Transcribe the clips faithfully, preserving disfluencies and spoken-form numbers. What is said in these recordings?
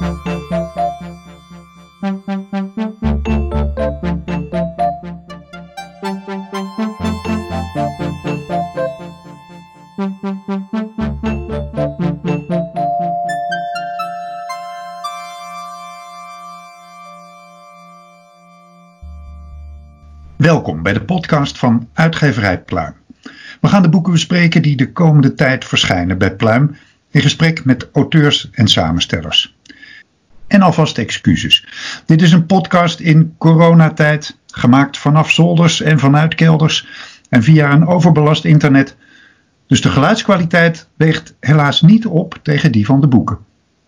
Welkom bij de podcast van Uitgeverij Pluim. We gaan de boeken bespreken die de komende tijd verschijnen bij Pluim in gesprek met auteurs en samenstellers. En alvast excuses. Dit is een podcast in coronatijd, gemaakt vanaf zolders en vanuit kelders en via een overbelast internet. Dus de geluidskwaliteit weegt helaas niet op tegen die van de boeken.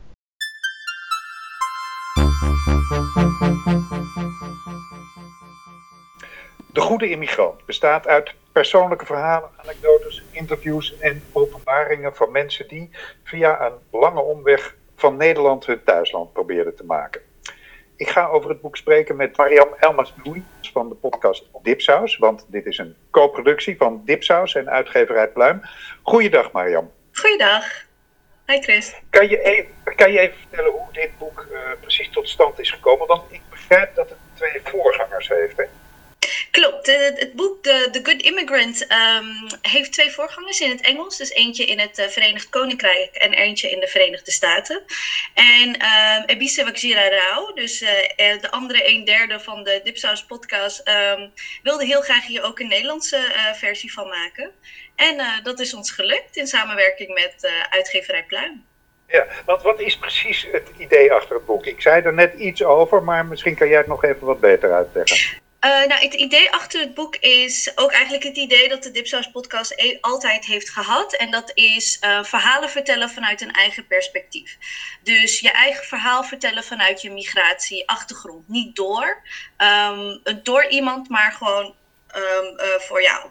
De Goede Immigrant bestaat uit persoonlijke verhalen, anekdotes, interviews en openbaringen van mensen die via een lange omweg van Nederland hun thuisland probeerden te maken. Ik ga over het boek spreken met Mariam Elmasnoui van de podcast Dipsaus, want dit is een co-productie van Dipsaus en Uitgeverij Pluim. Goeiedag Mariam. Goeiedag. Hi Chris. Kan je even, kan je even vertellen hoe dit boek uh, precies tot stand is gekomen? Want ik begrijp dat het twee voorgangers heeft, hè? Klopt, het, het boek The, The Good Immigrant um, heeft twee voorgangers in het Engels. Dus eentje in het uh, Verenigd Koninkrijk en eentje in de Verenigde Staten. En um, Ebise Wakjira Rao, dus uh, de andere een derde van de Dipsaus podcast, um, wilde heel graag hier ook een Nederlandse uh, versie van maken. En uh, dat is ons gelukt in samenwerking met uh, Uitgeverij Pluim. Ja, want wat is precies het idee achter het boek? Ik zei er net iets over, maar misschien kan jij het nog even wat beter uitleggen. Uh, nou, het idee achter het boek is ook eigenlijk het idee dat de Dipsaus podcast e- altijd heeft gehad. En dat is uh, verhalen vertellen vanuit een eigen perspectief. Dus je eigen verhaal vertellen vanuit je migratieachtergrond. Niet door, um, door iemand, maar gewoon um, uh, voor jou.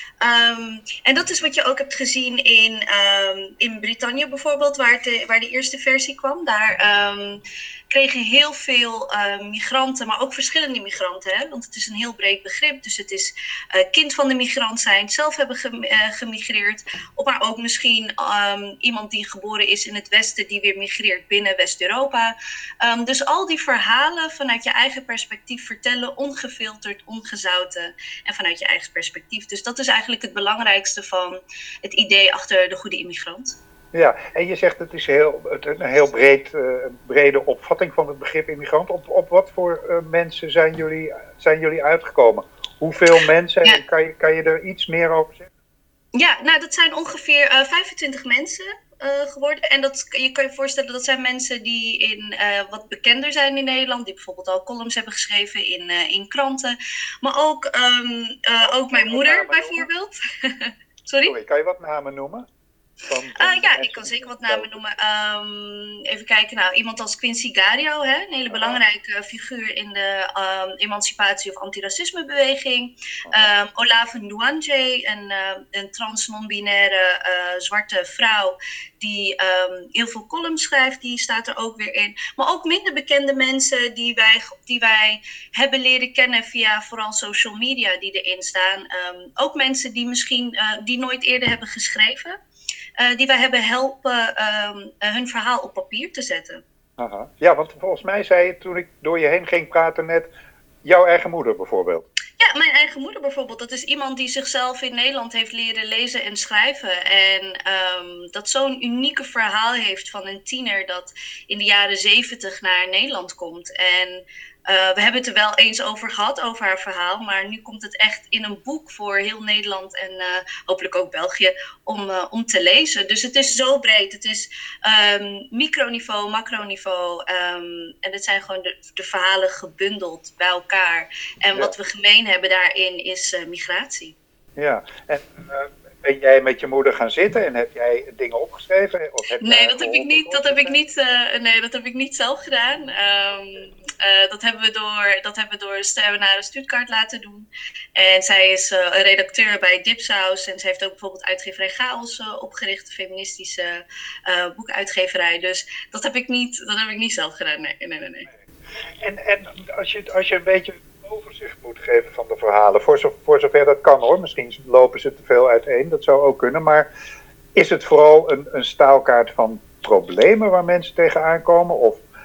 Um, en dat is wat je ook hebt gezien in, um, in Brittannië bijvoorbeeld, waar, de, waar de eerste versie kwam. Daar um, kregen heel veel uh, migranten, maar ook verschillende migranten, hè? Want het is een heel breed begrip. Dus het is uh, kind van de migrant zijn, zelf hebben gem- uh, gemigreerd, of maar ook misschien um, iemand die geboren is in het Westen die weer migreert binnen West-Europa. Um, dus al die verhalen vanuit je eigen perspectief vertellen, ongefilterd, ongezouten en vanuit je eigen perspectief. Dus dat is eigenlijk het belangrijkste van het idee achter de Goede Immigrant. Ja, en je zegt het is heel, het een heel breed, uh, brede opvatting van het begrip immigrant. Op, op wat voor uh, mensen zijn jullie, zijn jullie uitgekomen? Hoeveel mensen? Ja. Kan, je, kan je er iets meer over zeggen? Ja, nou dat zijn ongeveer uh, vijfentwintig mensen uh, geworden. En dat, je kan je voorstellen dat zijn mensen die in, uh, wat bekender zijn in Nederland. Die bijvoorbeeld al columns hebben geschreven in, uh, in kranten. Maar ook, um, uh, ook mijn moeder bijvoorbeeld. Sorry? Sorry, kan je wat namen noemen? Van, van uh, ja, ik kan zeker wat namen noemen. Um, even kijken, nou, iemand als Quincy Gario, hè, een hele belangrijke figuur in de um, emancipatie- of antiracismebeweging. Um, Olave Nwanje, een, uh, een trans non-binaire uh, zwarte vrouw die um, heel veel columns schrijft, die staat er ook weer in. Maar ook minder bekende mensen die wij, die wij hebben leren kennen via vooral social media die erin staan. Um, ook mensen die misschien uh, die nooit eerder hebben geschreven. Uh, die wij hebben helpen um, uh, hun verhaal op papier te zetten. Aha. Ja, want volgens mij zei je toen ik door je heen ging praten net, jouw eigen moeder bijvoorbeeld. Ja, mijn eigen moeder bijvoorbeeld. Dat is iemand die zichzelf in Nederland heeft leren lezen en schrijven. En um, dat zo'n unieke verhaal heeft van een tiener dat in de jaren zeventig naar Nederland komt. En Uh, we hebben het er wel eens over gehad, over haar verhaal. Maar nu komt het echt in een boek voor heel Nederland en uh, hopelijk ook België om, uh, om te lezen. Dus het is zo breed. Het is um, microniveau, macroniveau. Um, en het zijn gewoon de, de verhalen gebundeld bij elkaar. En ja. Wat we gemeen hebben daarin is uh, migratie. Ja, en uh, ben jij met je moeder gaan zitten en heb jij dingen opgeschreven? Of heb nee, dat heb ik niet, dat heb ik niet, uh, nee, dat heb ik niet zelf gedaan. Um, uh, dat hebben we door, dat hebben we door Stervenare Stuttgart laten doen. En zij is uh, een redacteur bij Dipsaus en ze heeft ook bijvoorbeeld uitgeverij Chaos uh, opgericht, een feministische uh, boekuitgeverij. Dus dat heb ik niet, dat heb ik niet zelf gedaan. Nee, nee, nee. nee. En, en als je, als je een beetje overzicht moet geven van de verhalen, voor, zo, voor zover dat kan hoor, misschien lopen ze te veel uiteen, dat zou ook kunnen, maar is het vooral een, een staalkaart van problemen waar mensen tegenaan komen, of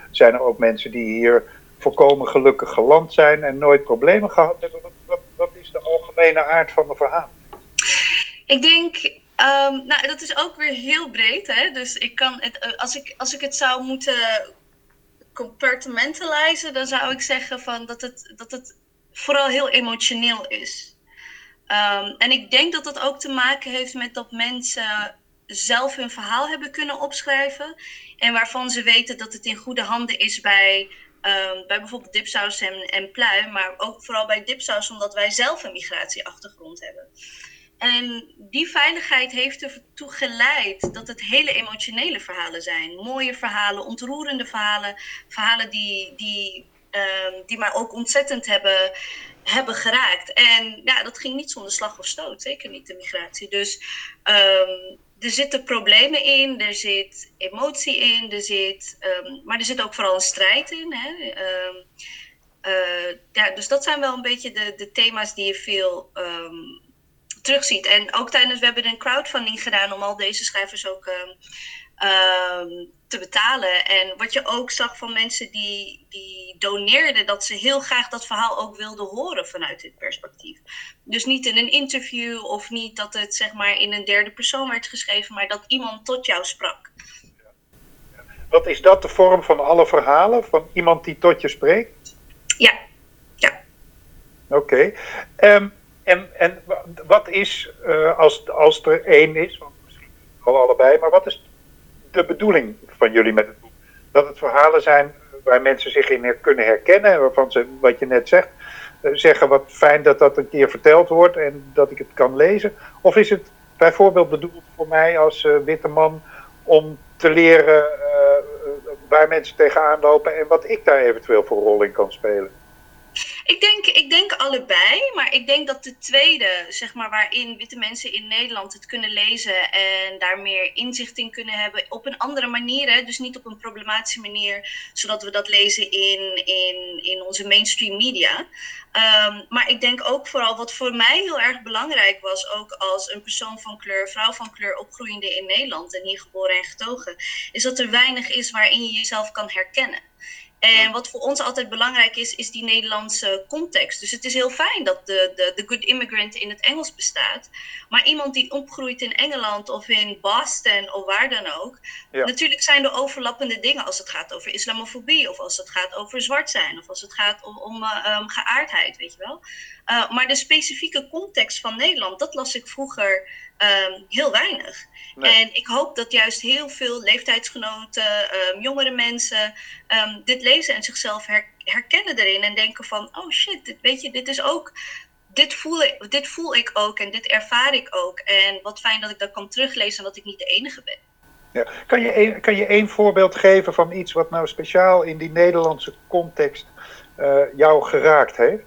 zijn er ook mensen die hier volkomen gelukkig geland zijn en nooit problemen gehad hebben? Wat, wat, wat is de algemene aard van de verhaal? Ik denk, um, nou dat is ook weer heel breed. Hè? Dus ik kan het, als, ik, als ik het zou moeten compartmentalizen, dan zou ik zeggen van dat, het, dat het vooral heel emotioneel is. Um, en ik denk dat dat ook te maken heeft met dat mensen zelf hun verhaal hebben kunnen opschrijven. En waarvan ze weten dat het in goede handen is bij, um, bij bijvoorbeeld Dipsaus en, en Pluim. Maar ook vooral bij Dipsaus omdat wij zelf een migratieachtergrond hebben. En die veiligheid heeft ertoe geleid dat het hele emotionele verhalen zijn. Mooie verhalen, ontroerende verhalen. Verhalen die, die, um, die mij ook ontzettend hebben, hebben geraakt. En ja, dat ging niet zonder slag of stoot. Zeker niet de migratie. Dus um, er zitten problemen in. Er zit emotie in. Er zit, um, maar er zit ook vooral een strijd in. Hè? Um, uh, ja, dus dat zijn wel een beetje de, de thema's die je veel... Um, terugziet. En ook tijdens, we hebben een crowdfunding gedaan om al deze schrijvers ook um, um, te betalen. En wat je ook zag van mensen die, die doneerden, dat ze heel graag dat verhaal ook wilden horen vanuit dit perspectief. Dus niet in een interview of niet dat het zeg maar in een derde persoon werd geschreven, maar dat iemand tot jou sprak. Wat is dat, de vorm van alle verhalen? Van iemand die tot je spreekt? Ja. Ja. Oké. Okay. Um, En, en wat is, uh, als, als er één is, want misschien al allebei, maar wat is de bedoeling van jullie met het boek? Dat het verhalen zijn waar mensen zich in her, kunnen herkennen, waarvan ze, wat je net zegt, uh, zeggen wat fijn dat dat een keer verteld wordt en dat ik het kan lezen? Of is het bijvoorbeeld bedoeld voor mij als uh, witte man om te leren uh, waar mensen tegenaan lopen en wat ik daar eventueel voor rol in kan spelen? Ik denk, ik denk allebei, maar ik denk dat de tweede, zeg maar, waarin witte mensen in Nederland het kunnen lezen en daar meer inzicht in kunnen hebben op een andere manier, hè? Dus niet op een problematische manier, zodat we dat lezen in, in, in onze mainstream media. Um, maar ik denk ook vooral, wat voor mij heel erg belangrijk was, ook als een persoon van kleur, vrouw van kleur, opgroeiende in Nederland en hier geboren en getogen, is dat er weinig is waarin je jezelf kan herkennen. En wat voor ons altijd belangrijk is, is die Nederlandse context. Dus het is heel fijn dat de, de, de good immigrant in het Engels bestaat. Maar iemand die opgroeit in Engeland of in Boston of waar dan ook. Ja. Natuurlijk zijn er overlappende dingen als het gaat over islamofobie. Of als het gaat over zwart zijn. Of als het gaat om, om uh, um, geaardheid, weet je wel. Uh, maar de specifieke context van Nederland, dat las ik vroeger um, heel weinig. Nee. En ik hoop dat juist heel veel leeftijdsgenoten, um, jongere mensen um, dit lezen en zichzelf her- herkennen erin. En denken van, oh shit, dit, weet je, dit is ook, dit voel, ik, dit voel ik ook en dit ervaar ik ook. En wat fijn dat ik dat kan teruglezen en dat ik niet de enige ben. Ja. Kan je een, kan je één voorbeeld geven van iets wat nou speciaal in die Nederlandse context uh, jou geraakt heeft?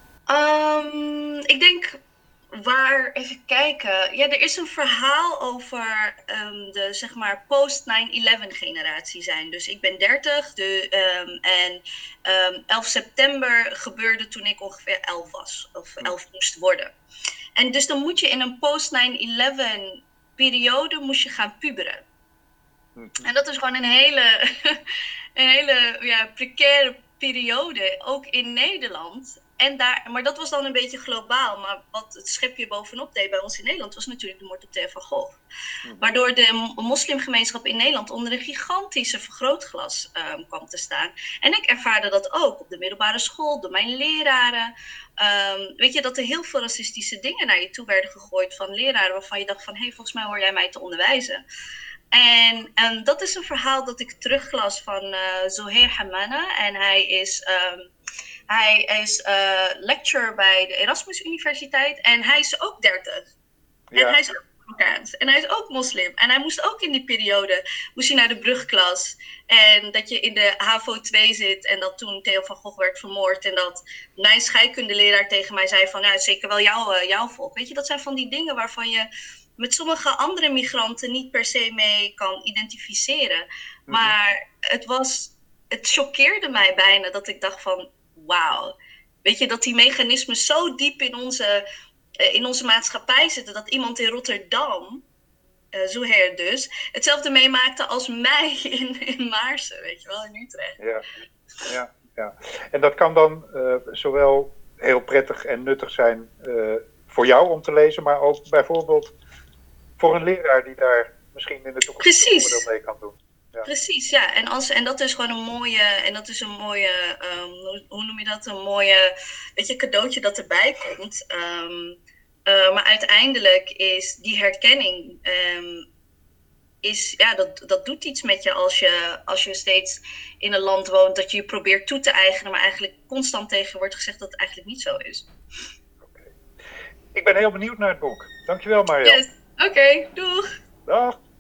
Um, ik denk, waar, even kijken. Ja, er is een verhaal over um, de, zeg maar, post nine eleven generatie zijn. Dus ik ben dertig de, um, en um, elf september gebeurde toen ik ongeveer elf was. Of elf moest worden. En dus dan moet je in een post nine eleven periode moest je gaan puberen. En dat is gewoon een hele, een hele ja, precaire periode, ook in Nederland. En daar, maar dat was dan een beetje globaal. Maar wat het schepje bovenop deed bij ons in Nederland was natuurlijk de moord op Theo van Gogh. Waardoor de moslimgemeenschap in Nederland onder een gigantische vergrootglas um, kwam te staan. En ik ervaarde dat ook op de middelbare school, door mijn leraren. Um, weet je, dat er heel veel racistische dingen naar je toe werden gegooid van leraren waarvan je dacht van, hé, hey, volgens mij hoor jij mij te onderwijzen. En, en dat is een verhaal dat ik teruglas van uh, Zohair Hamana. En hij is, um, hij is uh, lecturer bij de Erasmus Universiteit. En hij is ook dertig. Ja. En hij is ook Marokkaans. En hij is ook moslim. En hij moest ook in die periode moest hij naar de brugklas. En dat je in de H A V O twee zit. En dat toen Theo van Gogh werd vermoord. En dat mijn scheikundeleraar tegen mij zei van, nou, zeker wel jouw, uh, jouw volk. Weet je, dat zijn van die dingen waarvan je met sommige andere migranten niet per se mee kan identificeren. Maar mm-hmm. het was, het choqueerde mij bijna dat ik dacht van, wauw. Weet je, dat die mechanismen zo diep in onze, uh, in onze maatschappij zitten, dat iemand in Rotterdam uh, Zuhair dus, hetzelfde meemaakte als mij in, in Maarsen, weet je wel, in Utrecht. Ja, ja, ja. En dat kan dan uh, zowel heel prettig en nuttig zijn uh, voor jou om te lezen, maar ook bijvoorbeeld voor een leraar die daar misschien in de toekomst een voordeel mee kan doen. Ja. Precies, ja. En, als, en dat is gewoon een mooie, en dat is een mooie, um, hoe, hoe noem je dat, een mooie, weet je, cadeautje dat erbij komt. Um, uh, maar uiteindelijk is die herkenning, um, is, ja, dat, dat doet iets met je als, je als je steeds in een land woont dat je je probeert toe te eigenen, maar eigenlijk constant tegen je wordt gezegd dat het eigenlijk niet zo is. Okay. Ik ben heel benieuwd naar het boek. Dankjewel, Marianne. Yes. Oké, okay, doeg! Dag!